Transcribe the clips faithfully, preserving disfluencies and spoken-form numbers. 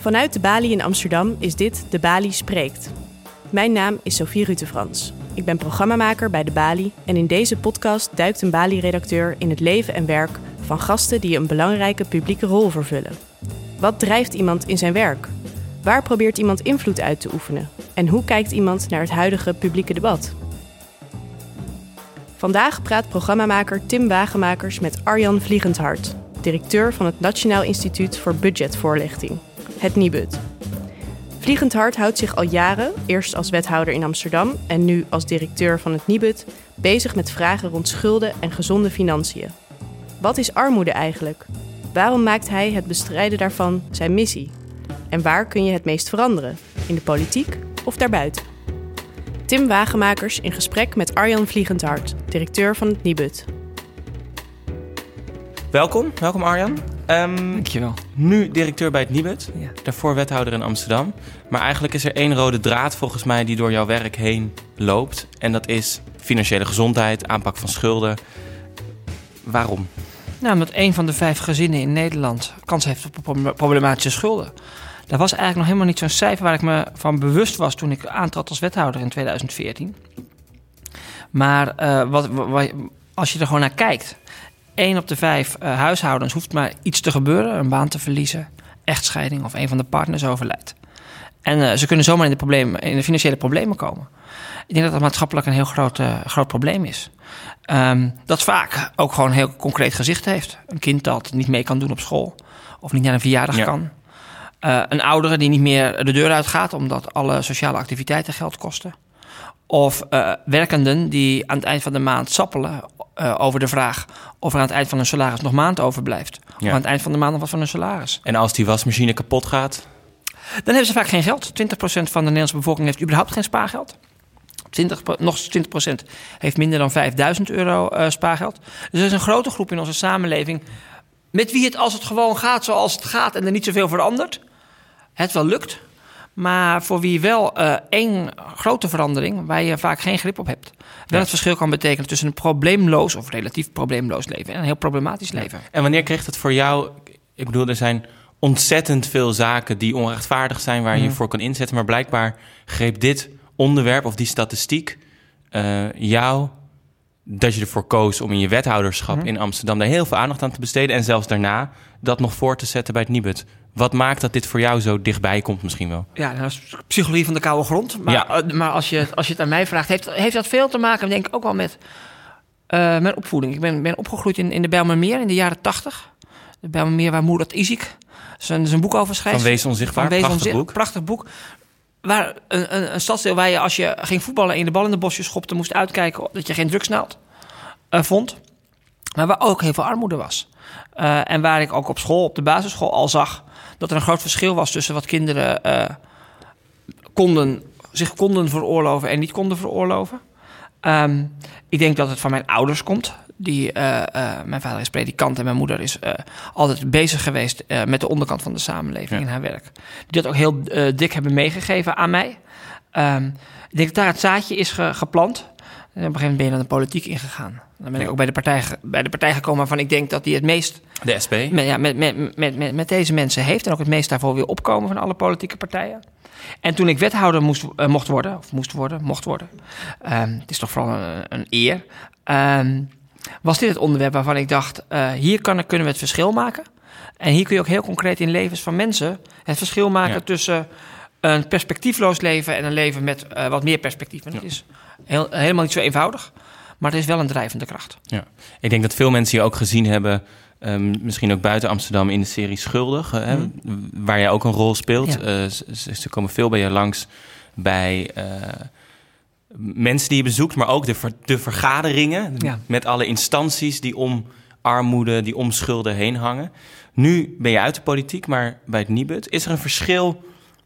Vanuit de Bali in Amsterdam is dit De Bali Spreekt. Mijn naam is Sophie Rutefrans. Ik ben programmamaker bij De Bali en in deze podcast duikt een Bali-redacteur in het leven en werk van gasten die een belangrijke publieke rol vervullen. Wat drijft iemand in zijn werk? Waar probeert iemand invloed uit te oefenen? En hoe kijkt iemand naar het huidige publieke debat? Vandaag praat programmamaker Tim Wagemakers met Arjan Vliegendhart, directeur van het Nationaal Instituut voor Budgetvoorlichting, het Nibud. Vliegendhart houdt zich al jaren, eerst als wethouder in Amsterdam en nu als directeur van het Nibud, bezig met vragen rond schulden en gezonde financiën. Wat is armoede eigenlijk? Waarom maakt hij het bestrijden daarvan zijn missie? En waar kun je het meest veranderen? In de politiek of daarbuiten? Tim Wagemakers in gesprek met Arjan Vliegendhart, directeur van het Nibud. Welkom, welkom Arjan. Um, Dankjewel. Nu directeur bij het Nibud, Ja. daarvoor wethouder in Amsterdam. Maar eigenlijk is er één rode draad volgens mij die door jouw werk heen loopt. En dat is financiële gezondheid, aanpak van schulden. Waarom? Nou, omdat een van de vijf gezinnen in Nederland kans heeft op problematische schulden. Dat was eigenlijk nog helemaal niet zo'n cijfer waar ik me van bewust was toen ik aantrad als wethouder in twintig veertien. Maar uh, wat, wat, als je er gewoon naar kijkt, één op de vijf uh, huishoudens hoeft maar iets te gebeuren, een baan te verliezen, echtscheiding of een van de partners overlijdt. En uh, ze kunnen zomaar in de, problemen, in de financiële problemen komen. Ik denk dat dat maatschappelijk een heel groot, uh, groot probleem is. Um, dat vaak ook gewoon een heel concreet gezicht heeft. Een kind dat niet mee kan doen op school of niet naar een verjaardag Ja. kan. Uh, een oudere die niet meer de deur uitgaat omdat alle sociale activiteiten geld kosten. Of uh, werkenden die aan het eind van de maand sappelen uh, over de vraag of er aan het eind van hun salaris nog maand overblijft. Ja. Of aan het eind van de maand nog wat van hun salaris. En als die wasmachine kapot gaat? Dan hebben ze vaak geen geld. twintig procent van de Nederlandse bevolking heeft überhaupt geen spaargeld. twintig, nog twintig procent heeft minder dan vijfduizend euro uh, spaargeld. Dus er is een grote groep in onze samenleving met wie het, als het gewoon gaat zoals het gaat en er niet zoveel verandert, het wel lukt. Maar voor wie wel uh, één grote verandering, waar je vaak geen grip op hebt, wel Ja. het verschil kan betekenen tussen een probleemloos of relatief probleemloos leven en een heel problematisch leven. En wanneer kreeg het voor jou... Ik bedoel, er zijn ontzettend veel zaken die onrechtvaardig zijn waar je je Mm. voor kan inzetten. Maar blijkbaar greep dit onderwerp of die statistiek uh, jou dat je ervoor koos om in je wethouderschap Mm. in Amsterdam daar heel veel aandacht aan te besteden. En zelfs daarna dat nog voor te zetten bij het Nibud. Wat maakt dat dit voor jou zo dichtbij komt misschien wel? Ja, dat is psychologie van de koude grond. Maar, Ja. uh, maar als, je, als je het aan mij vraagt, heeft, heeft dat veel te maken, denk ik, ook wel met uh, mijn opvoeding. Ik ben, ben opgegroeid in, in de Bijlmermeer in de jaren tachtig. De Bijlmermeer waar Murat Izik zijn, zijn boek over schreef. Van Wees Onzichtbaar, Van Wees prachtig Onzicht- boek. Prachtig boek. Waar een, een, een stadsdeel waar je als je ging voetballen en je de bal in de bosjes schopte, moest uitkijken dat je geen drugsnaald uh, vond. Maar waar ook heel veel armoede was. Uh, en waar ik ook op school, op de basisschool, al zag dat er een groot verschil was tussen wat kinderen uh, konden, zich konden veroorloven en niet konden veroorloven. Um, ik denk dat het van mijn ouders komt. Die, uh, uh, mijn vader is predikant en mijn moeder is uh, altijd bezig geweest uh, met de onderkant van de samenleving Ja. in haar werk. Die dat ook heel uh, dik hebben meegegeven aan mij. Um, ik denk dat daar het zaadje is ge- geplant. En op een gegeven moment ben je dan de politiek ingegaan. Dan ben ik Ja. ook bij de, partij, ge- bij de partij gekomen waarvan ik denk dat die het meest De S P? met, ja, met, met, met, met, met deze mensen heeft. En ook het meest daarvoor wil opkomen van alle politieke partijen. En toen ik wethouder moest, uh, mocht worden, of moest worden, mocht worden. Um, het is toch vooral een, een eer. Um, was dit het onderwerp waarvan ik dacht, uh, hier kan, kunnen we het verschil maken. En hier kun je ook heel concreet in levens van mensen het verschil maken Ja. tussen een perspectiefloos leven en een leven met uh, wat meer perspectief. En het is heel, helemaal niet zo eenvoudig, maar het is wel een drijvende kracht. Ja. Ik denk dat veel mensen je ook gezien hebben, um, misschien ook buiten Amsterdam, in de serie Schuldig, uh, Mm. waar jij ook een rol speelt. Ja. Uh, ze, ze komen veel bij je langs bij uh, mensen die je bezoekt, maar ook de, ver, de vergaderingen Ja. met alle instanties die om armoede, die om schulden heen hangen. Nu ben je uit de politiek, maar bij het Nibud, is er een verschil?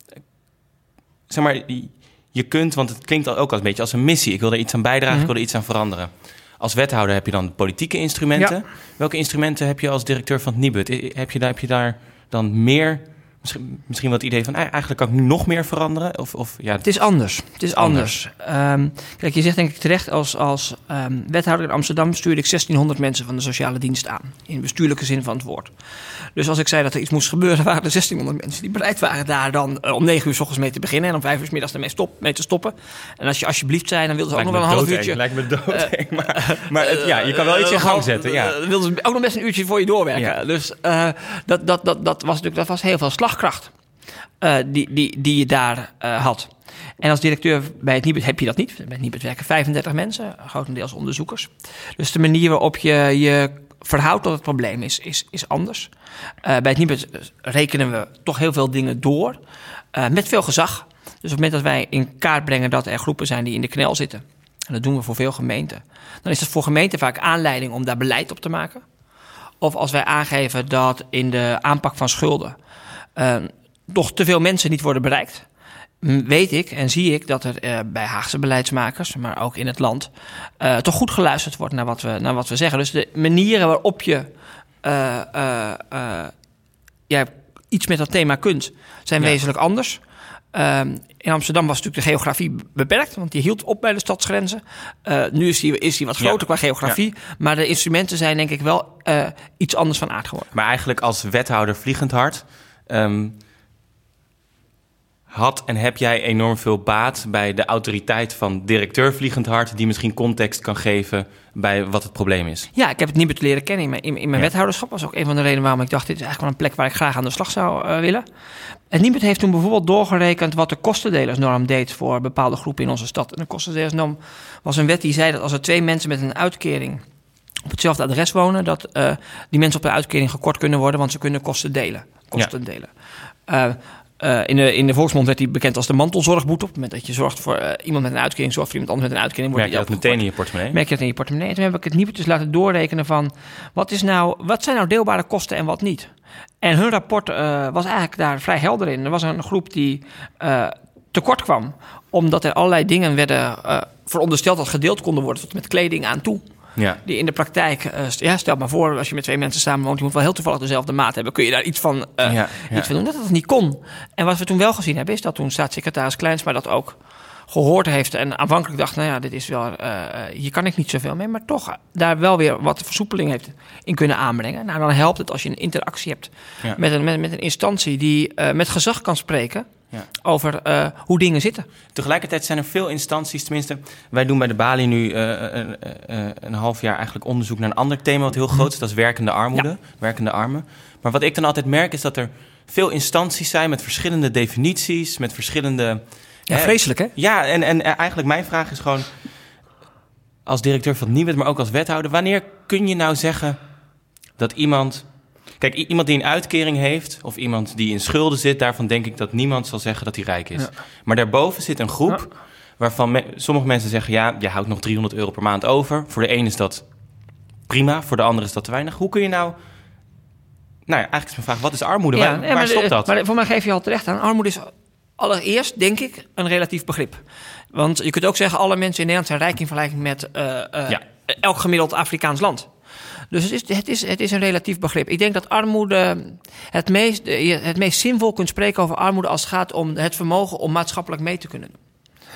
Zeg maar, je kunt, want het klinkt ook als een beetje als een missie. Ik wil er iets aan bijdragen, Mm-hmm. ik wil er iets aan veranderen. Als wethouder heb je dan politieke instrumenten. Ja. Welke instrumenten heb je als directeur van het Nibud? Heb je daar, heb je daar dan meer misschien, misschien wat idee van... eigenlijk kan ik nu nog meer veranderen? Of, of, ja, het is anders. Het is anders. anders. Um, kijk, je zegt denk ik terecht... als, als um, wethouder in Amsterdam stuurde ik zestienhonderd mensen van de sociale dienst aan. In bestuurlijke zin van het woord. Dus als ik zei dat er iets moest gebeuren... waren er zestienhonderd mensen die bereid waren daar dan... Uh, om negen uur 's ochtends mee te beginnen... en om vijf uur 's middags ermee stop, mee te stoppen. En als je alsjeblieft zei, dan wilden ze ook nog wel een half uurtje... Lijkt me doodeng, uh, maar, maar het, ja, je kan wel iets in gang zetten. Ja. Uh, wilden ze ook nog best een uurtje voor je doorwerken. Ja. Dus uh, dat, dat, dat, dat, was natuurlijk, dat was heel veel slagkracht uh, die, die, die je daar uh, had. En als directeur bij het Nibud heb je dat niet. Bij het Nibud werken vijfendertig mensen, grotendeels onderzoekers. Dus de manier waarop je je verhoudt tot het probleem is, is, is anders. Uh, bij het Nibud rekenen we toch heel veel dingen door, uh, met veel gezag. Dus op het moment dat wij in kaart brengen dat er groepen zijn die in de knel zitten... en dat doen we voor veel gemeenten... dan is dat voor gemeenten vaak aanleiding om daar beleid op te maken. Of als wij aangeven dat in de aanpak van schulden... Uh, nog te veel mensen niet worden bereikt... weet ik en zie ik dat er uh, bij Haagse beleidsmakers... maar ook in het land... Uh, toch goed geluisterd wordt naar wat, we, naar wat we zeggen. Dus de manieren waarop je... Uh, uh, uh, ja, iets met dat thema kunt... zijn ja. wezenlijk anders... Uh, in Amsterdam was natuurlijk de geografie beperkt, want die hield op bij de stadsgrenzen. Uh, nu is die, is die wat groter ja. qua geografie, ja. maar de instrumenten zijn denk ik wel uh, iets anders van aard geworden. Maar eigenlijk als wethouder Vliegend Hart um, had en heb jij enorm veel baat bij de autoriteit van directeur Vliegend Hart, die misschien context kan geven bij wat het probleem is. Ja, ik heb het Nibud leren kennen in mijn, in, in mijn ja. wethouderschap. Dat was ook een van de redenen waarom ik dacht, dit is eigenlijk wel een plek waar ik graag aan de slag zou uh, willen. Het Nibud heeft toen bijvoorbeeld doorgerekend wat de kostendelersnorm deed voor bepaalde groepen in onze stad. En de kostendelersnorm was een wet die zei dat als er twee mensen met een uitkering op hetzelfde adres wonen, dat uh, die mensen op de uitkering gekort kunnen worden, want ze kunnen kosten delen. Kosten ja. delen. Uh, Uh, in, de, in de volksmond werd die bekend als de mantelzorgboete. Op het moment dat je zorgt voor uh, iemand met een uitkering, zorgt voor iemand anders met een uitkering. Merk je dat meteen in je portemonnee? Merk je dat in je portemonnee. En toen heb ik het Nibud dus laten doorrekenen van... Wat, is nou, wat zijn nou deelbare kosten en wat niet? En hun rapport uh, was eigenlijk daar vrij helder in. Er was een groep die uh, tekort kwam, omdat er allerlei dingen werden uh, verondersteld dat gedeeld konden worden, tot met kleding aan toe. Ja. Die in de praktijk, uh, ja, stel maar voor, als je met twee mensen samen woont, je moet wel heel toevallig dezelfde maat hebben, kun je daar iets van, uh, ja, ja. Iets van doen. Dat dat niet kon. En wat we toen wel gezien hebben, is dat toen staatssecretaris Kleinsma dat ook gehoord heeft en aanvankelijk dacht, nou ja, dit is wel, uh, hier kan ik niet zoveel mee, maar toch daar wel weer wat versoepeling heeft in kunnen aanbrengen. Nou, dan helpt het als je een interactie hebt ja. met, een, met, met een instantie die uh, met gezag kan spreken. Ja. Over uh, hoe dingen zitten. Tegelijkertijd zijn er veel instanties, tenminste, wij doen bij de Bali nu uh, uh, uh, een half jaar eigenlijk onderzoek naar een ander thema wat heel groot is, dat is werkende armoede, ja. werkende armen. Maar wat ik dan altijd merk is dat er veel instanties zijn met verschillende definities, met verschillende... Ja, eh, vreselijk hè? Ja, en, en eigenlijk mijn vraag is gewoon, als directeur van het Nibud, maar ook als wethouder, wanneer kun je nou zeggen dat iemand... Kijk, iemand die een uitkering heeft of iemand die in schulden zit, daarvan denk ik dat niemand zal zeggen dat hij rijk is. Ja. Maar daarboven zit een groep ja. waarvan me, sommige mensen zeggen, ja, je houdt nog driehonderd euro per maand over. Voor de een is dat prima, voor de ander is dat te weinig. Hoe kun je nou... Nou ja, eigenlijk is mijn vraag, wat is armoede? Ja, waar, nee, waar stopt dat? Maar voor mij geef je al terecht aan. Armoede is allereerst, denk ik, een relatief begrip. Want je kunt ook zeggen, alle mensen in Nederland zijn rijk in vergelijking met uh, uh, ja. elk gemiddeld Afrikaans land. Dus het is, het, is, het is een relatief begrip. Ik denk dat armoede het meest, het meest zinvol kunt spreken over armoede als het gaat om het vermogen om maatschappelijk mee te kunnen doen.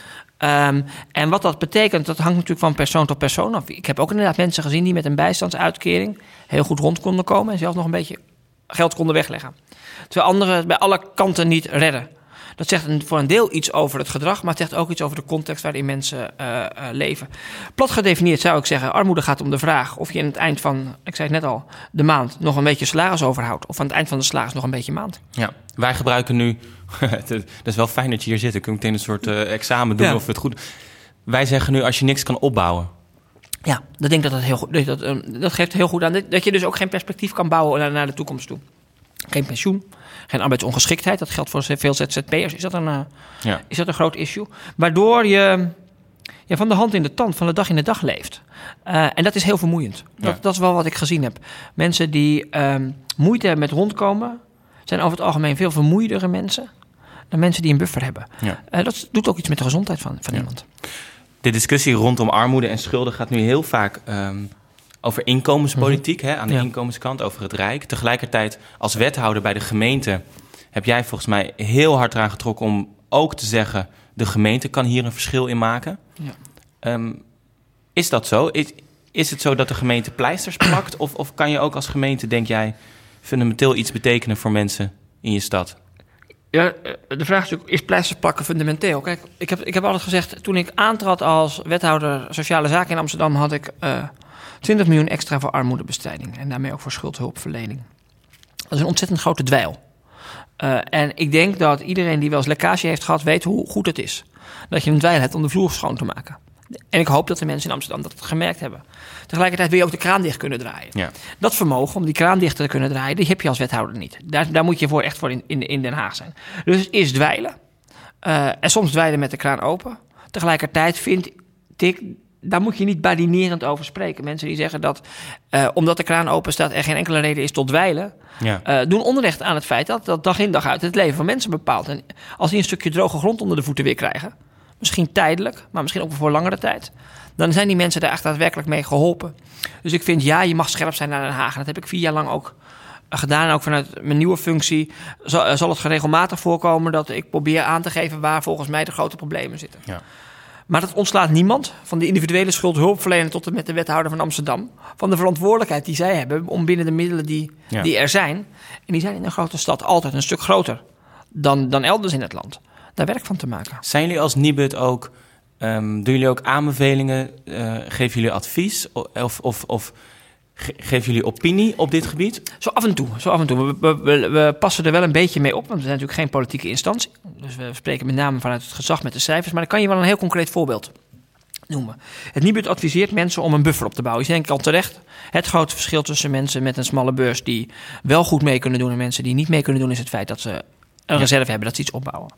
Um, en wat dat betekent, dat hangt natuurlijk van persoon tot persoon af. Ik heb ook inderdaad mensen gezien die met een bijstandsuitkering heel goed rond konden komen en zelfs nog een beetje geld konden wegleggen. Terwijl anderen het bij alle kanten niet redden. Dat zegt een, voor een deel iets over het gedrag, maar het zegt ook iets over de context waarin mensen uh, uh, leven. Plat gedefinieerd zou ik zeggen, armoede gaat om de vraag of je aan het eind van, ik zei het net al, de maand nog een beetje salaris overhoudt. Of aan het eind van de salaris nog een beetje maand. Ja, wij gebruiken nu, het is wel fijn dat je hier zit, dan kun je meteen een soort uh, examen doen ja. of het goed. Wij zeggen nu, als je niks kan opbouwen. Ja, dat denk ik dat dat heel goed, dat, um, dat geeft heel goed aan. Dat je dus ook geen perspectief kan bouwen naar, naar de toekomst toe. Geen pensioen, geen arbeidsongeschiktheid. Dat geldt voor veel Z Z P'ers. Is dat een, uh, ja. is dat een groot issue? Waardoor je ja, van de hand in de tand, van de dag in de dag leeft. Uh, en dat is heel vermoeiend. Ja. Dat, dat is wel wat ik gezien heb. Mensen die um, moeite hebben met rondkomen, zijn over het algemeen veel vermoeidere mensen dan mensen die een buffer hebben. Ja. Uh, dat doet ook iets met de gezondheid van, van ja. iemand. De discussie rondom armoede en schulden gaat nu heel vaak Um... over inkomenspolitiek, mm-hmm. hè, aan de ja. inkomenskant, over het Rijk. Tegelijkertijd als wethouder bij de gemeente heb jij volgens mij heel hard eraan getrokken om ook te zeggen, de gemeente kan hier een verschil in maken. Ja. Um, is dat zo? Is, is het zo dat de gemeente pleisters plakt? Of, of kan je ook als gemeente, denk jij, fundamenteel iets betekenen voor mensen in je stad? Ja, de vraag is natuurlijk, is pleisters plakken fundamenteel? Kijk, ik heb, ik heb altijd gezegd, toen ik aantrad als wethouder Sociale Zaken in Amsterdam, had ik uh, twintig miljoen extra voor armoedebestrijding. En daarmee ook voor schuldhulpverlening. Dat is een ontzettend grote dweil. Uh, en ik denk dat iedereen die wel eens lekkage heeft gehad, weet hoe goed het is. Dat je een dweil hebt om de vloer schoon te maken. En ik hoop dat de mensen in Amsterdam dat gemerkt hebben. Tegelijkertijd wil je ook de kraan dicht kunnen draaien. Ja. Dat vermogen om die kraan dicht te kunnen draaien, die heb je als wethouder niet. Daar, daar moet je voor echt voor in, in, in Den Haag zijn. Dus het is dweilen. Uh, en soms dweilen met de kraan open. Tegelijkertijd vind ik, daar moet je niet badinerend over spreken. Mensen die zeggen dat, uh, omdat de kraan open staat, er geen enkele reden is tot dweilen. Ja. Uh, doen onrecht aan het feit dat dat dag in dag uit het leven van mensen bepaalt. En als die een stukje droge grond onder de voeten weer krijgen, misschien tijdelijk, maar misschien ook voor langere tijd, dan zijn die mensen daar echt daadwerkelijk mee geholpen. Dus ik vind, ja, je mag scherp zijn naar Den Haag. En dat heb ik vier jaar lang ook gedaan. Ook vanuit mijn nieuwe functie zal, zal het regelmatig voorkomen dat ik probeer aan te geven waar volgens mij de grote problemen zitten. Ja. Maar dat ontslaat niemand, van de individuele schuldhulpverlener tot en met de wethouder van Amsterdam, van de verantwoordelijkheid die zij hebben om binnen de middelen die, ja. die er zijn. En die zijn in een grote stad altijd een stuk groter dan, dan elders in het land. Daar werk van te maken. Zijn jullie als Nibud ook, um, doen jullie ook aanbevelingen, uh, geven jullie advies of, of, of ge- geven jullie opinie op dit gebied? Zo af en toe. Zo af en toe. We, we, we passen er wel een beetje mee op, want we zijn natuurlijk geen politieke instantie. Dus we spreken met name vanuit het gezag met de cijfers. Maar dan kan je wel een heel concreet voorbeeld noemen. Het Nibud adviseert mensen om een buffer op te bouwen. Je denkt al terecht, het grote verschil tussen mensen met een smalle beurs die wel goed mee kunnen doen en mensen die niet mee kunnen doen, is het feit dat ze een ja. reserve hebben, dat ze iets opbouwen.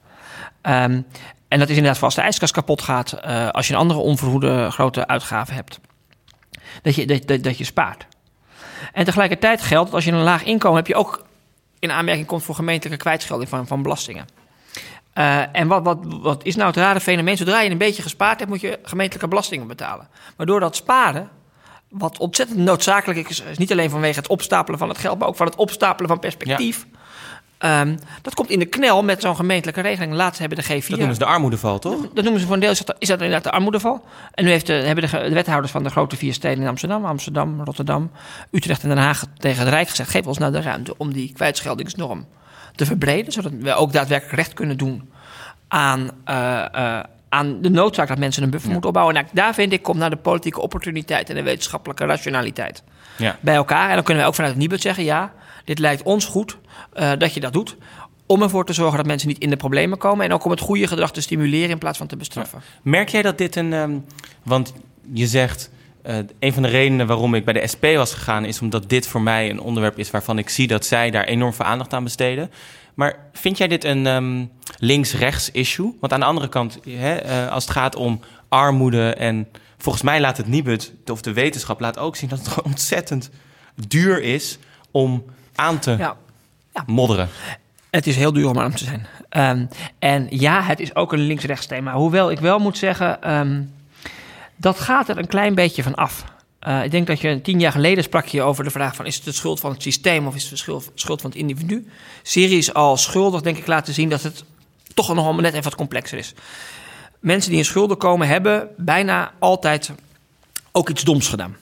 Um, en dat is inderdaad voor als de ijskast kapot gaat, uh, als je een andere onverhoede grote uitgave hebt, dat je, dat, dat, dat je spaart. En tegelijkertijd geldt dat als je een laag inkomen hebt, je ook in aanmerking komt voor gemeentelijke kwijtschelding van, van belastingen. Uh, en wat, wat, wat is nou het rare fenomeen? Zodra je een beetje gespaard hebt, moet je gemeentelijke belastingen betalen. Maar door dat sparen, wat ontzettend noodzakelijk is, is niet alleen vanwege het opstapelen van het geld, maar ook van het opstapelen van perspectief. Ja. Um, dat komt in de knel met zo'n gemeentelijke regeling. Laatst hebben de G vier... Dat noemen ze de armoedeval, toch? Dat, dat noemen ze voor een deel, is dat, is dat inderdaad de armoedeval. En nu heeft de, hebben de, de wethouders van de grote vier steden in Amsterdam, Amsterdam, Rotterdam, Utrecht en Den Haag tegen het Rijk gezegd, geef ons nou de ruimte om die kwijtscheldingsnorm te verbreden, zodat we ook daadwerkelijk recht kunnen doen aan, uh, uh, aan de noodzaak dat mensen een buffer ja. moeten opbouwen. Nou, daar vind ik, komt naar de politieke opportuniteit en de wetenschappelijke rationaliteit ja. bij elkaar. En dan kunnen wij ook vanuit het Nibud zeggen, ja, dit lijkt ons goed uh, dat je dat doet, om ervoor te zorgen dat mensen niet in de problemen komen en ook om het goede gedrag te stimuleren in plaats van te bestraffen. Ja. Merk jij dat dit een... Um, want je zegt, uh, een van de redenen waarom ik bij de S P was gegaan is omdat dit voor mij een onderwerp is waarvan ik zie dat zij daar enorm veel aandacht aan besteden. Maar vind jij dit een um, links-rechts issue? Want aan de andere kant, hè, uh, als het gaat om armoede en volgens mij laat het Nibud, of de wetenschap laat ook zien dat het gewoon ontzettend duur is om aan te ja. Ja. modderen. Het is heel duur om arm te zijn. Um, en ja, het is ook een links-rechts thema. Hoewel ik wel moet zeggen, um, dat gaat er een klein beetje van af. Uh, ik denk dat je tien jaar geleden sprak je over de vraag van, is het de schuld van het systeem of is het de schuld, schuld van het individu? Series als schuldig, denk ik, laten zien dat het toch nog net even wat complexer is. Mensen die in schulden komen hebben bijna altijd ook iets doms gedaan.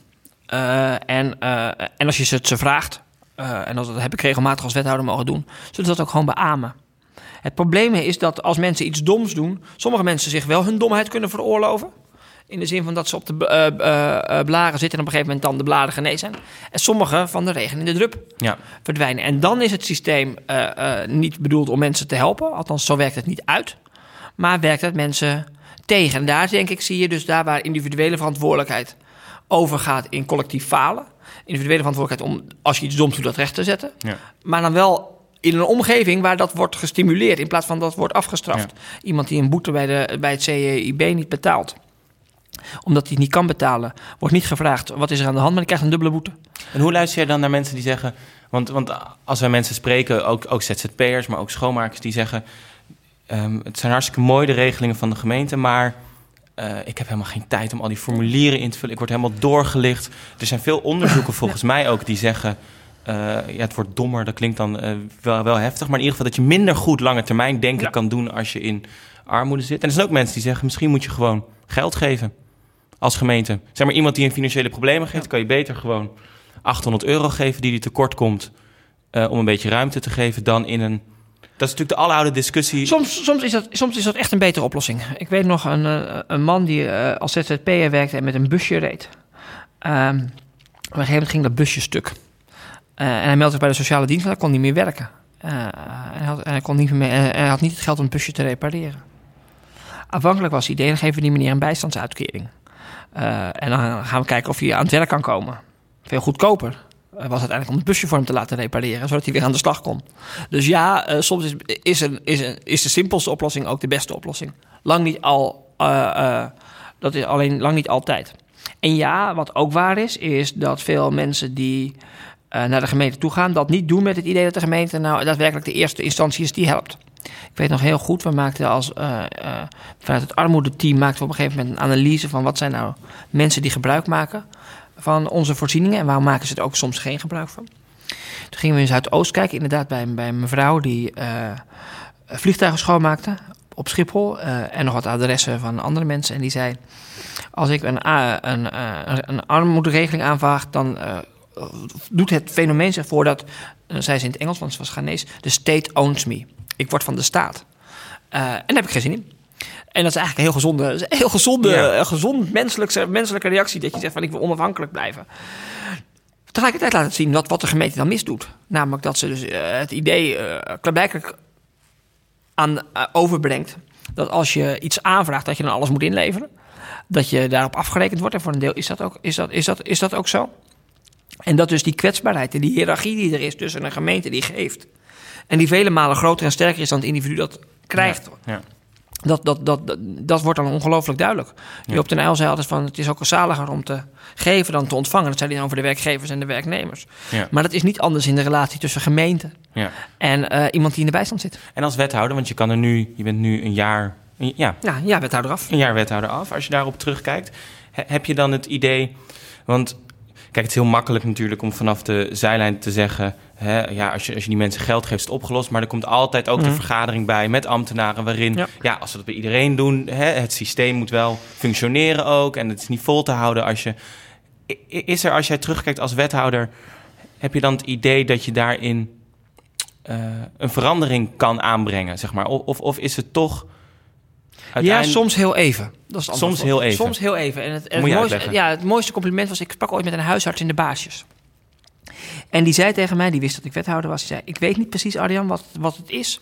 Uh, en, uh, en als je het ze vraagt, uh, en dat heb ik regelmatig als wethouder mogen doen, zullen ze dat ook gewoon beamen. Het probleem is dat als mensen iets doms doen, sommige mensen zich wel hun domheid kunnen veroorloven. In de zin van dat ze op de uh, uh, blaren zitten en op een gegeven moment dan de blaren genezen zijn. En sommige van de regen in de drup ja. verdwijnen. En dan is het systeem uh, uh, niet bedoeld om mensen te helpen. Althans, zo werkt het niet uit. Maar werkt het mensen tegen. En daar denk ik, zie je dus daar waar individuele verantwoordelijkheid overgaat in collectief falen. Individuele verantwoordelijkheid om, als je iets doms doet, dat recht te zetten. Ja. Maar dan wel in een omgeving waar dat wordt gestimuleerd in plaats van dat wordt afgestraft. Ja. Iemand die een boete bij, de, bij het C I B niet betaalt, omdat hij het niet kan betalen, wordt niet gevraagd wat is er aan de hand, maar die krijgt een dubbele boete. En hoe luister je dan naar mensen die zeggen, want, want als wij mensen spreken, ook, ook Z Z P'ers, maar ook schoonmakers, die zeggen, um, het zijn hartstikke mooi de regelingen van de gemeente, maar uh, ik heb helemaal geen tijd om al die formulieren in te vullen. Ik word helemaal doorgelicht. Er zijn veel onderzoeken volgens ja. mij ook die zeggen, Uh, ja, het wordt dommer, dat klinkt dan uh, wel, wel heftig. Maar in ieder geval dat je minder goed lange termijn denken ja. kan doen als je in armoede zit. En er zijn ook mensen die zeggen, misschien moet je gewoon geld geven als gemeente. Zeg maar, iemand die in financiële problemen geeft, ja. kan je beter gewoon achthonderd euro geven die die tekort komt uh, om een beetje ruimte te geven dan in een... Dat is natuurlijk de aloude discussie. Soms, soms, is dat, soms is dat echt een betere oplossing. Ik weet nog een, een man die uh, als Z Z P'er werkte en met een busje reed. Um, op een gegeven moment ging dat busje stuk. Uh, en hij meldde zich bij de sociale dienst, maar hij kon niet meer werken. Uh, en, hij had, en, hij kon niet meer, en hij had niet het geld om het busje te repareren. Aanvankelijk was het idee, dan geven we die meneer een bijstandsuitkering. Uh, en dan gaan we kijken of hij aan het werk kan komen. Veel goedkoper uh, was uiteindelijk om het busje voor hem te laten repareren, zodat hij weer aan de slag kon. Dus ja, uh, soms is, is, een, is, een, is de simpelste oplossing ook de beste oplossing. Lang niet al, uh, uh, dat is alleen lang niet altijd. En ja, wat ook waar is, is dat veel mensen die uh, naar de gemeente toe gaan, dat niet doen met het idee dat de gemeente nou daadwerkelijk de eerste instantie is die helpt. Ik weet nog heel goed, we maakten als uh, uh, vanuit het armoedeteam maakten we op een gegeven moment een analyse van wat zijn nou mensen die gebruik maken van onze voorzieningen en waarom maken ze er ook soms geen gebruik van. Toen gingen we in Zuidoost kijken, inderdaad bij, bij een mevrouw die uh, vliegtuigen schoonmaakte op Schiphol uh, en nog wat adressen van andere mensen. En die zei, als ik een, uh, een, uh, een armoederegeling aanvraag, dan uh, doet het fenomeen zich voor dat, uh, zei ze in het Engels, want ze was Ghanese, the state owns me. Ik word van de staat. Uh, en daar heb ik geen zin in. En dat is eigenlijk een heel gezonde, een heel gezonde, ja. een gezond menselijke, menselijke reactie. Dat je zegt van ik wil onafhankelijk blijven. Tegelijkertijd laat het zien wat, wat de gemeente dan misdoet. Namelijk dat ze dus uh, het idee uh, klaarblijkelijk aan uh, overbrengt. Dat als je iets aanvraagt, dat je dan alles moet inleveren. Dat je daarop afgerekend wordt. En voor een deel is dat ook, is dat, is dat, is dat ook zo. En dat dus die kwetsbaarheid en die hiërarchie die er is tussen een gemeente die geeft en die vele malen groter en sterker is dan het individu dat krijgt. Ja, ja. Dat, dat, dat, dat, dat wordt dan ongelooflijk duidelijk. Ja. Joop den Uyl zei altijd van het is ook zaliger om te geven dan te ontvangen. Dat zei hij dan over de werkgevers en de werknemers. Ja. Maar dat is niet anders in de relatie tussen gemeente ja. en uh, iemand die in de bijstand zit. En als wethouder, want je kan er nu, je bent nu een jaar, een, ja, ja, een jaar wethouder af. Een jaar wethouder af. Als je daarop terugkijkt, he, heb je dan het idee, want kijk, het is heel makkelijk natuurlijk om vanaf de zijlijn te zeggen, hè, ja, als je, als je die mensen geld geeft, is het opgelost. Maar er komt altijd ook mm. de vergadering bij met ambtenaren waarin, ja, ja als we dat bij iedereen doen, hè, het systeem moet wel functioneren ook en het is niet vol te houden. Als je, is er, als jij terugkijkt als wethouder, heb je dan het idee dat je daarin uh, een verandering kan aanbrengen, zeg maar? Of, of is het toch Ja, soms heel even. Dat is het soms heel even. Soms heel even. En het, en het, mooiste, ja, het mooiste compliment was, ik sprak ooit met een huisarts in de Baasjes. En die zei tegen mij, die wist dat ik wethouder was, die zei, ik weet niet precies, Arjan, wat, wat het is.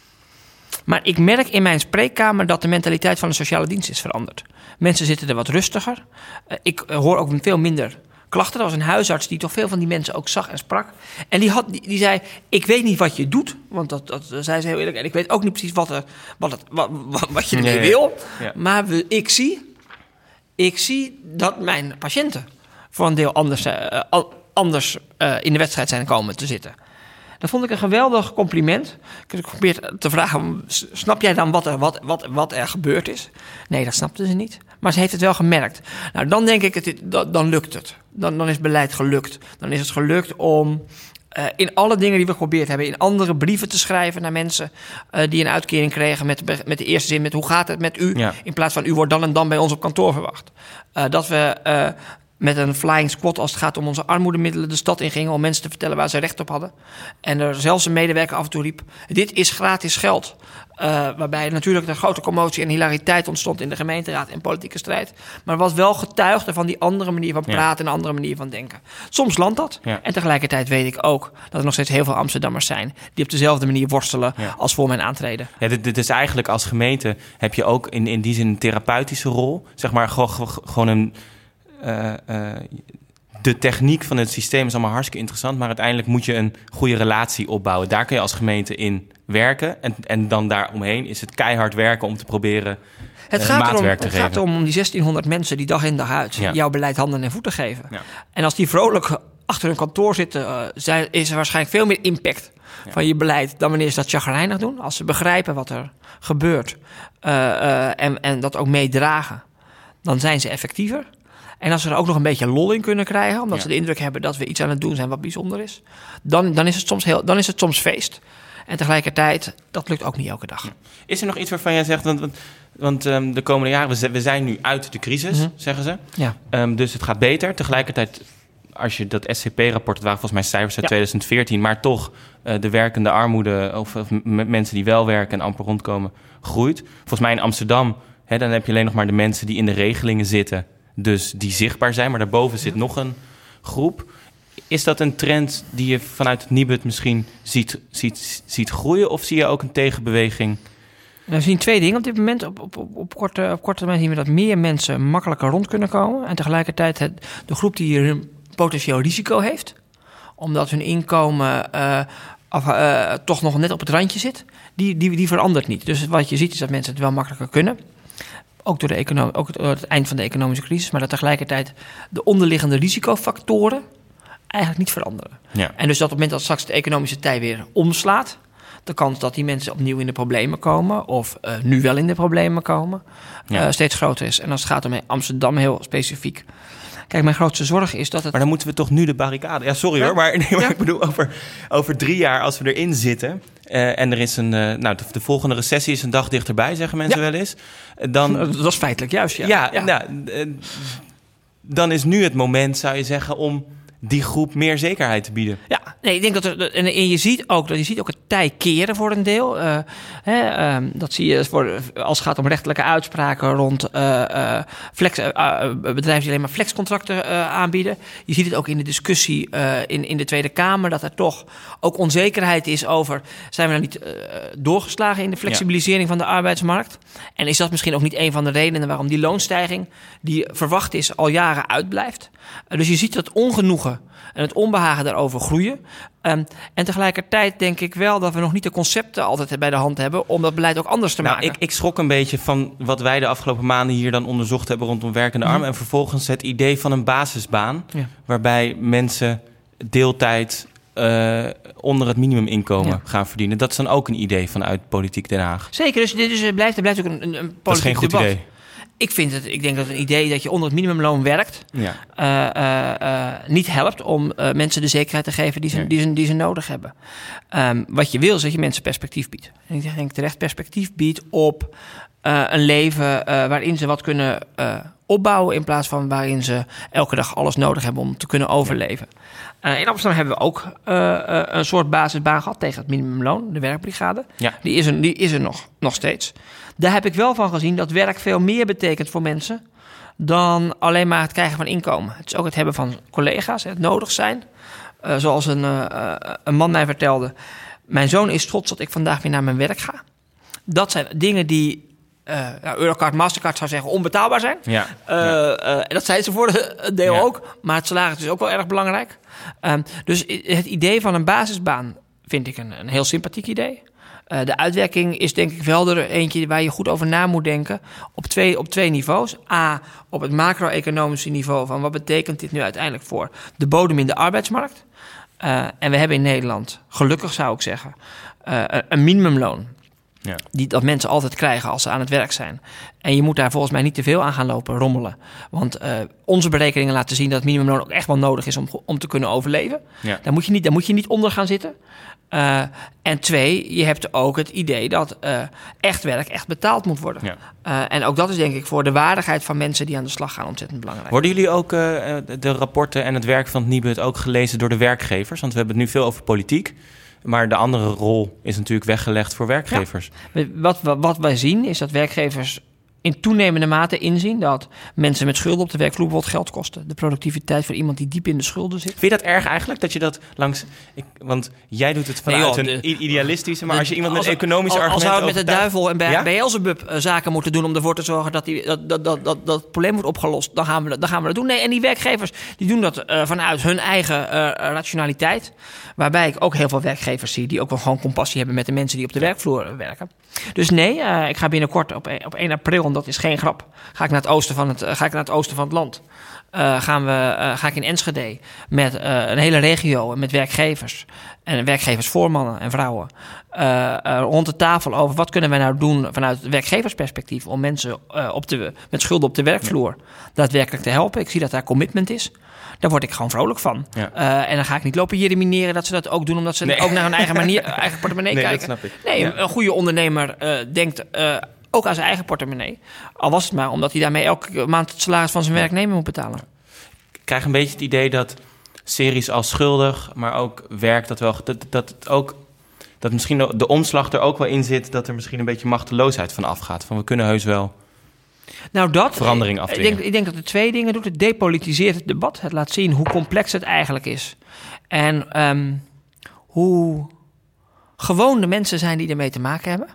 Maar ik merk in mijn spreekkamer dat de mentaliteit van de sociale dienst is veranderd. Mensen zitten er wat rustiger. Ik hoor ook veel minder klachten. Er was een huisarts die toch veel van die mensen ook zag en sprak. En die, had, die, die zei, ik weet niet wat je doet. Want dat, dat zei ze heel eerlijk. En ik weet ook niet precies wat, er, wat, het, wat, wat, wat je ermee nee, wil. Ja. Maar we, ik, zie, ik zie dat mijn patiënten voor een deel anders, uh, anders uh, in de wedstrijd zijn komen te zitten. Dat vond ik een geweldig compliment. Ik heb geprobeerd te vragen, snap jij dan wat er, wat, wat, wat er gebeurd is? Nee, dat snapte ze niet. Maar ze heeft het wel gemerkt. Nou, dan denk ik, het, dan lukt het. Dan, dan is beleid gelukt. Dan is het gelukt om uh, in alle dingen die we geprobeerd hebben, in andere brieven te schrijven naar mensen uh, die een uitkering kregen met, met de eerste zin met hoe gaat het met u? Ja. In plaats van u wordt dan en dan bij ons op kantoor verwacht. Uh, dat we Uh, met een flying squad als het gaat om onze armoedemiddelen de stad ingingen om mensen te vertellen waar ze recht op hadden. En er zelfs een medewerker af en toe riep, dit is gratis geld. Uh, waarbij natuurlijk een grote commotie en hilariteit ontstond in de gemeenteraad en politieke strijd. Maar wat wel getuigde van die andere manier van praten ja. en een andere manier van denken. Soms landt dat. Ja. En tegelijkertijd weet ik ook dat er nog steeds heel veel Amsterdammers zijn die op dezelfde manier worstelen ja. als voor mijn aantreden. Ja, dit, dit is eigenlijk als gemeente heb je ook in, in die zin een therapeutische rol. Zeg maar gewoon een Uh, uh, de techniek van het systeem is allemaal hartstikke interessant, maar uiteindelijk moet je een goede relatie opbouwen. Daar kun je als gemeente in werken. En, en dan daaromheen is het keihard werken om te proberen het uh, gaat maatwerk erom, te het geven. Het gaat om die zestienhonderd mensen die dag in dag uit ja. jouw beleid handen en voeten geven. Ja. En als die vrolijk achter hun kantoor zitten, uh, zijn, is er waarschijnlijk veel meer impact ja. van je beleid dan wanneer ze dat chagrijnig doen. Als ze begrijpen wat er gebeurt uh, uh, en, en dat ook meedragen, dan zijn ze effectiever. En als we er ook nog een beetje lol in kunnen krijgen, omdat Ja. ze de indruk hebben dat we iets aan het doen zijn wat bijzonder is, dan, dan, is, het soms heel, dan is het soms feest. En tegelijkertijd, dat lukt ook niet elke dag. Is er nog iets waarvan jij zegt, want, want, want um, de komende jaren, we z- we zijn nu uit de crisis, Mm-hmm. zeggen ze. Ja. Um, dus het gaat beter. Tegelijkertijd, als je dat S C P-rapport, het waren volgens mij cijfers uit Ja. twintig veertien, maar toch uh, de werkende armoede, of, of m- mensen die wel werken en amper rondkomen, groeit. Volgens mij in Amsterdam, hè, dan heb je alleen nog maar de mensen die in de regelingen zitten, dus die zichtbaar zijn, maar daarboven zit nog een groep. Is dat een trend die je vanuit het Nibud misschien ziet, ziet, ziet groeien, of zie je ook een tegenbeweging? We zien twee dingen op dit moment. Op, op, op, op, korte, op korte termijn zien we dat meer mensen makkelijker rond kunnen komen. En tegelijkertijd het, de groep die hier een potentieel risico heeft, omdat hun inkomen uh, af, uh, toch nog net op het randje zit, die, die, die verandert niet. Dus wat je ziet is dat mensen het wel makkelijker kunnen. Ook door, de econom- ook door het eind van de economische crisis. Maar dat tegelijkertijd de onderliggende risicofactoren eigenlijk niet veranderen. Ja. En dus dat op het moment dat straks de economische tij weer omslaat, de kans dat die mensen opnieuw in de problemen komen, of uh, nu wel in de problemen komen, Ja. uh, steeds groter is. En als het gaat om Amsterdam heel specifiek. Kijk, mijn grootste zorg is dat het... Maar dan moeten we toch nu de barricade... Ja, sorry Ja. hoor, maar, nee, maar Ja. ik bedoel, over, over drie jaar als we erin zitten, uh, en er is een... Uh, nou, de, de volgende recessie is een dag dichterbij, zeggen mensen Ja. wel eens. Uh, dan, Dat is feitelijk juist, ja. ja, Nou, uh, dan is nu het moment, zou je zeggen, om die groep meer zekerheid te bieden. Ja, nee, ik denk dat er, en, en je ziet ook dat je ziet ook het tij keren voor een deel. Uh, hè, um, dat zie je voor, als het gaat om rechtelijke uitspraken rond uh, uh, flex, uh, uh, bedrijven die alleen maar flexcontracten uh, aanbieden. Je ziet het ook in de discussie uh, in, in de Tweede Kamer, dat er toch ook onzekerheid is over, zijn we nou niet uh, doorgeslagen in de flexibilisering ja. van de arbeidsmarkt? En is dat misschien ook niet een van de redenen waarom die loonstijging, die verwacht is, al jaren uitblijft? Uh, dus je ziet dat ongenoegen en het onbehagen daarover groeien. Um, en tegelijkertijd denk ik wel dat we nog niet de concepten altijd bij de hand hebben om dat beleid ook anders te nou, maken. Ik, ik schrok een beetje van wat wij de afgelopen maanden hier dan onderzocht hebben rondom werkende armen. Mm. En vervolgens het idee van een basisbaan, ja. waarbij mensen deeltijd uh, onder het minimuminkomen ja. gaan verdienen. Dat is dan ook een idee vanuit Politiek Den Haag. Zeker, dus, dus er blijft, er blijft ook een, een politiek debat. Dat is geen goed debat. idee. Ik vind het, ik denk dat een idee dat je onder het minimumloon werkt, ja. uh, uh, uh, niet helpt om uh, mensen de zekerheid te geven die ze, ja. die ze, die ze nodig hebben. Um, wat je wil is dat je mensen perspectief biedt. En ik denk terecht perspectief biedt op uh, een leven uh, waarin ze wat kunnen uh, opbouwen in plaats van waarin ze elke dag alles nodig hebben om te kunnen overleven. Ja. Uh, in Amsterdam hebben we ook uh, uh, een soort basisbaan gehad tegen het minimumloon, de werkbrigade. Ja. Die is er, die is er nog, nog steeds. Daar heb ik wel van gezien dat werk veel meer betekent voor mensen dan alleen maar het krijgen van inkomen. Het is ook het hebben van collega's, het nodig zijn. Uh, zoals een, uh, een man mij vertelde. Mijn zoon is trots dat ik vandaag weer naar mijn werk ga. Dat zijn dingen die uh, nou, Eurocard, Mastercard zou zeggen onbetaalbaar zijn. Ja. Uh, ja. Uh, dat zijn ze voor een deel ja. ook. Maar het salaris is ook wel erg belangrijk. Um, dus het idee van een basisbaan vind ik een, een heel sympathiek idee. Uh, de uitwerking is denk ik wel er eentje waar je goed over na moet denken. Op twee, op twee niveaus. A, op het macro-economische niveau van wat betekent dit nu uiteindelijk voor de bodem in de arbeidsmarkt. Uh, en we hebben in Nederland, gelukkig zou ik zeggen, uh, een minimumloon. Ja. Die dat mensen altijd krijgen als ze aan het werk zijn. En je moet daar volgens mij niet te veel aan gaan lopen rommelen. Want uh, onze berekeningen laten zien dat het minimumloon ook echt wel nodig is om, om te kunnen overleven. Ja. Daar, moet je niet, daar moet je niet onder gaan zitten. Uh, en twee, je hebt ook het idee dat uh, echt werk echt betaald moet worden. Ja. Uh, en ook dat is denk ik voor de waardigheid van mensen die aan de slag gaan ontzettend belangrijk. Worden jullie ook uh, de rapporten en het werk van het Nibud ook gelezen door de werkgevers? Want we hebben het nu veel over politiek. Maar de andere rol is natuurlijk weggelegd voor werkgevers. Ja. Wat, wat, wat wij zien is dat werkgevers in toenemende mate inzien dat mensen met schulden op de werkvloer bijvoorbeeld geld kosten. De productiviteit voor iemand die diep in de schulden zit. Vind je dat erg eigenlijk, dat je dat langs... Ik, want jij doet het vanuit nee, joh, de, een idealistische... maar de, als je iemand met economische als, argumenten... Als we met de duivel en bij ja? Beelzebub uh, zaken moeten doen om ervoor te zorgen dat, die, dat, dat, dat, dat, dat probleem wordt opgelost, dan gaan, we, dan gaan we dat doen. Nee, en die werkgevers die doen dat uh, vanuit hun eigen uh, rationaliteit. Waarbij ik ook heel veel werkgevers zie die ook wel gewoon compassie hebben met de mensen die op de werkvloer werken. Dus nee, uh, ik ga binnenkort op, op één april, dat is geen grap. Ga ik naar het oosten van het, uh, ga ik naar het, oosten van het land. Uh, gaan we, uh, ga ik in Enschede met uh, een hele regio met werkgevers. En werkgeversvoormannen en vrouwen. Uh, uh, rond de tafel over wat kunnen wij nou doen vanuit het werkgeversperspectief. Om mensen uh, op de, met schulden op de werkvloer daadwerkelijk te helpen. Ik zie dat daar commitment is. Daar word ik gewoon vrolijk van. Ja. Uh, en dan ga ik niet lopen jerimineren dat ze dat ook doen, omdat ze nee. ook naar hun eigen manier, eigen portemonnee nee, kijken. Dat snap ik. Nee, ja. een, een goede ondernemer uh, denkt uh, ook aan zijn eigen portemonnee. Al was het maar omdat hij daarmee elke maand het salaris van zijn werknemer moet betalen. Ik krijg een beetje het idee dat series als Schuldig, maar ook Werk, dat wel dat, dat het ook dat misschien de, de omslag er ook wel in zit, dat er misschien een beetje machteloosheid van afgaat. Van we kunnen heus wel. Nou, dat, verandering afdwingen. Ik denk, ik denk dat het twee dingen doet. Het depolitiseert het debat. Het laat zien hoe complex het eigenlijk is. En um, hoe gewoon de mensen zijn die ermee te maken hebben.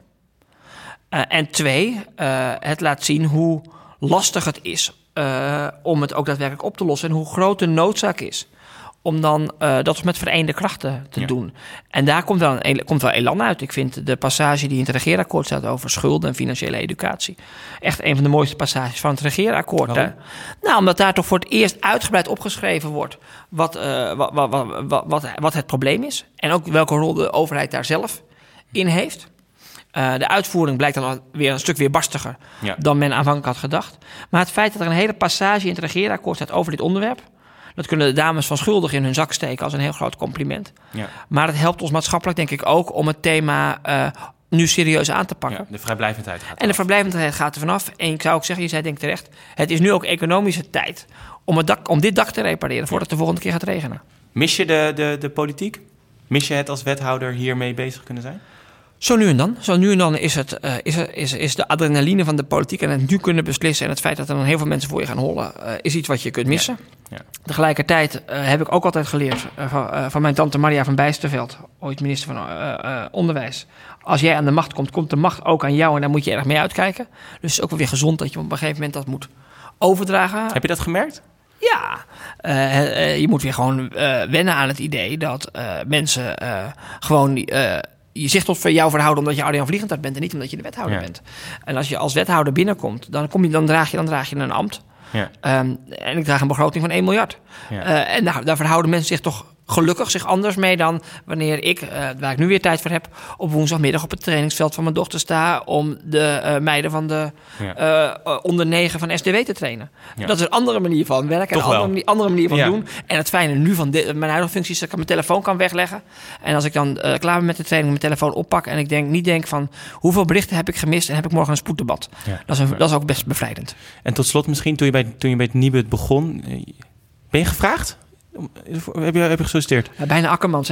Uh, en twee, uh, het laat zien hoe lastig het is uh, om het ook daadwerkelijk op te lossen. En hoe groot de noodzaak is om dan uh, dat met vereende krachten te ja. doen. En daar komt wel, een, komt wel elan uit. Ik vind de passage die in het regeerakkoord staat over schulden en financiële educatie echt een van de mooiste passages van het regeerakkoord. Hè? Nou, omdat daar toch voor het eerst uitgebreid opgeschreven wordt wat, uh, wat, wat, wat, wat, wat het probleem is. En ook welke rol de overheid daar zelf in heeft. Uh, de uitvoering blijkt dan weer een stuk weerbarstiger ja. dan men aanvankelijk had gedacht. Maar het feit dat er een hele passage in het regeerakkoord staat over dit onderwerp, dat kunnen de dames van Schuldig in hun zak steken als een heel groot compliment. Ja. Maar het helpt ons maatschappelijk denk ik ook om het thema uh, nu serieus aan te pakken. Ja, de vrijblijvendheid gaat En de vrijblijvendheid gaat er vanaf. En ik zou ook zeggen, je zei denk ik terecht, het is nu ook economische tijd om, het dak, om dit dak te repareren voordat het de volgende keer gaat regenen. Mis je de, de, de politiek? Mis je het als wethouder hiermee bezig kunnen zijn? Zo nu en dan. Zo nu en dan is, het, uh, is, is, is de adrenaline van de politiek en het nu kunnen beslissen en het feit dat er dan heel veel mensen voor je gaan hollen, uh, is iets wat je kunt missen. Ja. Ja. Tegelijkertijd uh, heb ik ook altijd geleerd uh, van, uh, van mijn tante Maria van Bijsterveld, ooit minister van uh, uh, Onderwijs. Als jij aan de macht komt, komt de macht ook aan jou en daar moet je erg mee uitkijken. Dus het is ook wel weer gezond dat je op een gegeven moment dat moet overdragen. Heb je dat gemerkt? Ja, uh, uh, je moet weer gewoon uh, wennen aan het idee dat uh, mensen uh, gewoon Uh, je zich tot jou verhouden omdat je Arjan Vliegenthart bent en niet omdat je de wethouder ja. bent. En als je als wethouder binnenkomt, dan, kom je, dan, draag, je, dan draag je een ambt. Ja. Um, en ik draag een begroting van één miljard. Ja. Uh, en daar, daar verhouden mensen zich toch gelukkig zich anders mee dan wanneer ik, uh, waar ik nu weer tijd voor heb, op woensdagmiddag op het trainingsveld van mijn dochter sta om de uh, meiden van de ja. uh, onder negen van S D W te trainen. Ja. Dat is een andere manier van werken, een andere manier, andere manier van ja. doen. En het fijne nu van de, mijn huidige functie is dat ik mijn telefoon kan wegleggen. En als ik dan uh, klaar ben met de training, mijn telefoon oppak en ik denk, niet denk van hoeveel berichten heb ik gemist en heb ik morgen een spoeddebat. Ja. Dat, is een, dat is ook best bevrijdend. En tot slot misschien, toen je bij, toen je bij het Nibud begon, ben je gevraagd? Heb je, heb je gesolliciteerd? Ja, bijna Akkermans.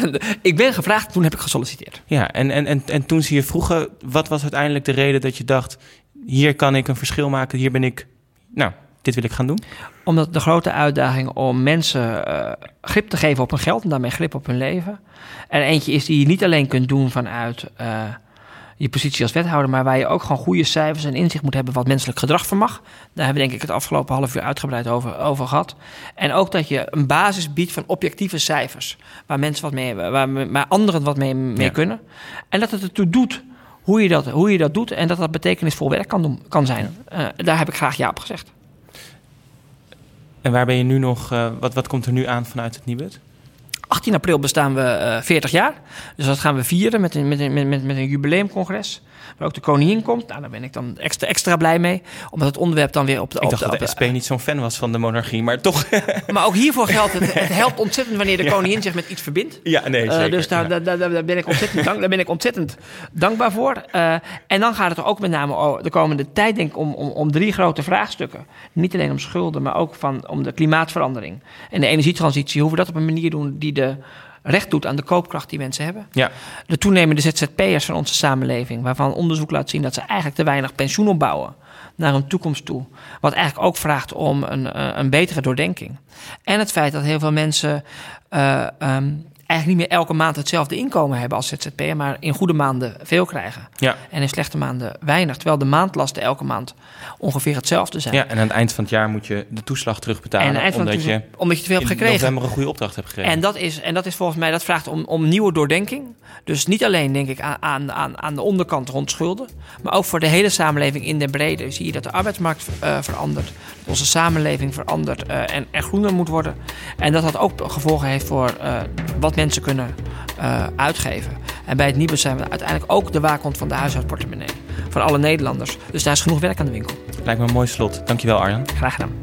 Ik ben gevraagd, toen heb ik gesolliciteerd. Ja, en, en, en, en toen ze je vroegen, wat was uiteindelijk de reden dat je dacht, hier kan ik een verschil maken, hier ben ik, nou, dit wil ik gaan doen? Omdat de grote uitdaging om mensen uh, grip te geven op hun geld en daarmee grip op hun leven. En eentje is die je niet alleen kunt doen vanuit Uh, je positie als wethouder, maar waar je ook gewoon goede cijfers en inzicht moet hebben wat menselijk gedrag vermag. Daar hebben we denk ik het afgelopen half uur uitgebreid over, over gehad. En ook dat je een basis biedt van objectieve cijfers, waar mensen wat mee hebben, waar, waar anderen wat mee, mee ja. kunnen. En dat het ertoe doet hoe je dat, hoe je dat doet en dat dat betekenisvol werk kan, doen, kan zijn. Uh, daar heb ik graag ja op gezegd. En waar ben je nu nog, uh, wat, wat komt er nu aan vanuit het Nibud? achttien april bestaan we uh, veertig jaar. Dus dat gaan we vieren met een, met een, met, met, met een jubileumcongres. Waar ook de koningin komt. Nou, daar ben ik dan extra, extra blij mee. Omdat het onderwerp dan weer op de... Ik dacht op de, dat de S P niet zo'n fan was van de monarchie, maar toch... Maar ook hiervoor geldt het. Het helpt ontzettend wanneer de koningin zich met iets verbindt. Ja, nee, zeker. Uh, dus daar, ja. daar, daar, daar, ben ik ontzettend dank, daar ben ik ontzettend dankbaar voor. Uh, en dan gaat het er ook met name de komende tijd denk ik om, om, om drie grote vraagstukken. Niet alleen om schulden, maar ook van, om de klimaatverandering. En de energietransitie. Hoe we dat op een manier doen die de recht doet aan de koopkracht die mensen hebben. Ja. De toenemende Z Z P'ers van onze samenleving, waarvan onderzoek laat zien dat ze eigenlijk te weinig pensioen opbouwen naar een toekomst toe. Wat eigenlijk ook vraagt om een, een betere doordenking. En het feit dat heel veel mensen uh, um, eigenlijk niet meer elke maand hetzelfde inkomen hebben als Z Z P'er, maar in goede maanden veel krijgen. Ja. En in slechte maanden weinig. Terwijl de maandlasten elke maand ongeveer hetzelfde zijn. Ja, en aan het eind van het jaar moet je de toeslag terugbetalen. En aan het eind van omdat, het toeslag, je omdat je te veel hebt in gekregen. november een goede opdracht hebt gekregen. En dat is, en dat is volgens mij, dat vraagt om, om nieuwe doordenking. Dus niet alleen, denk ik, aan, aan, aan de onderkant rond schulden, maar ook voor de hele samenleving in de brede. Zie je dat de arbeidsmarkt uh, verandert, dat onze samenleving verandert uh, en, en groener moet worden. En dat dat ook gevolgen heeft voor uh, wat mensen kunnen uh, uitgeven. En bij het Nibud zijn we uiteindelijk ook de waakhond van de huishoudportemonnee van alle Nederlanders. Dus daar is genoeg werk aan de winkel. Lijkt me een mooi slot. Dankjewel, Arjan. Graag gedaan.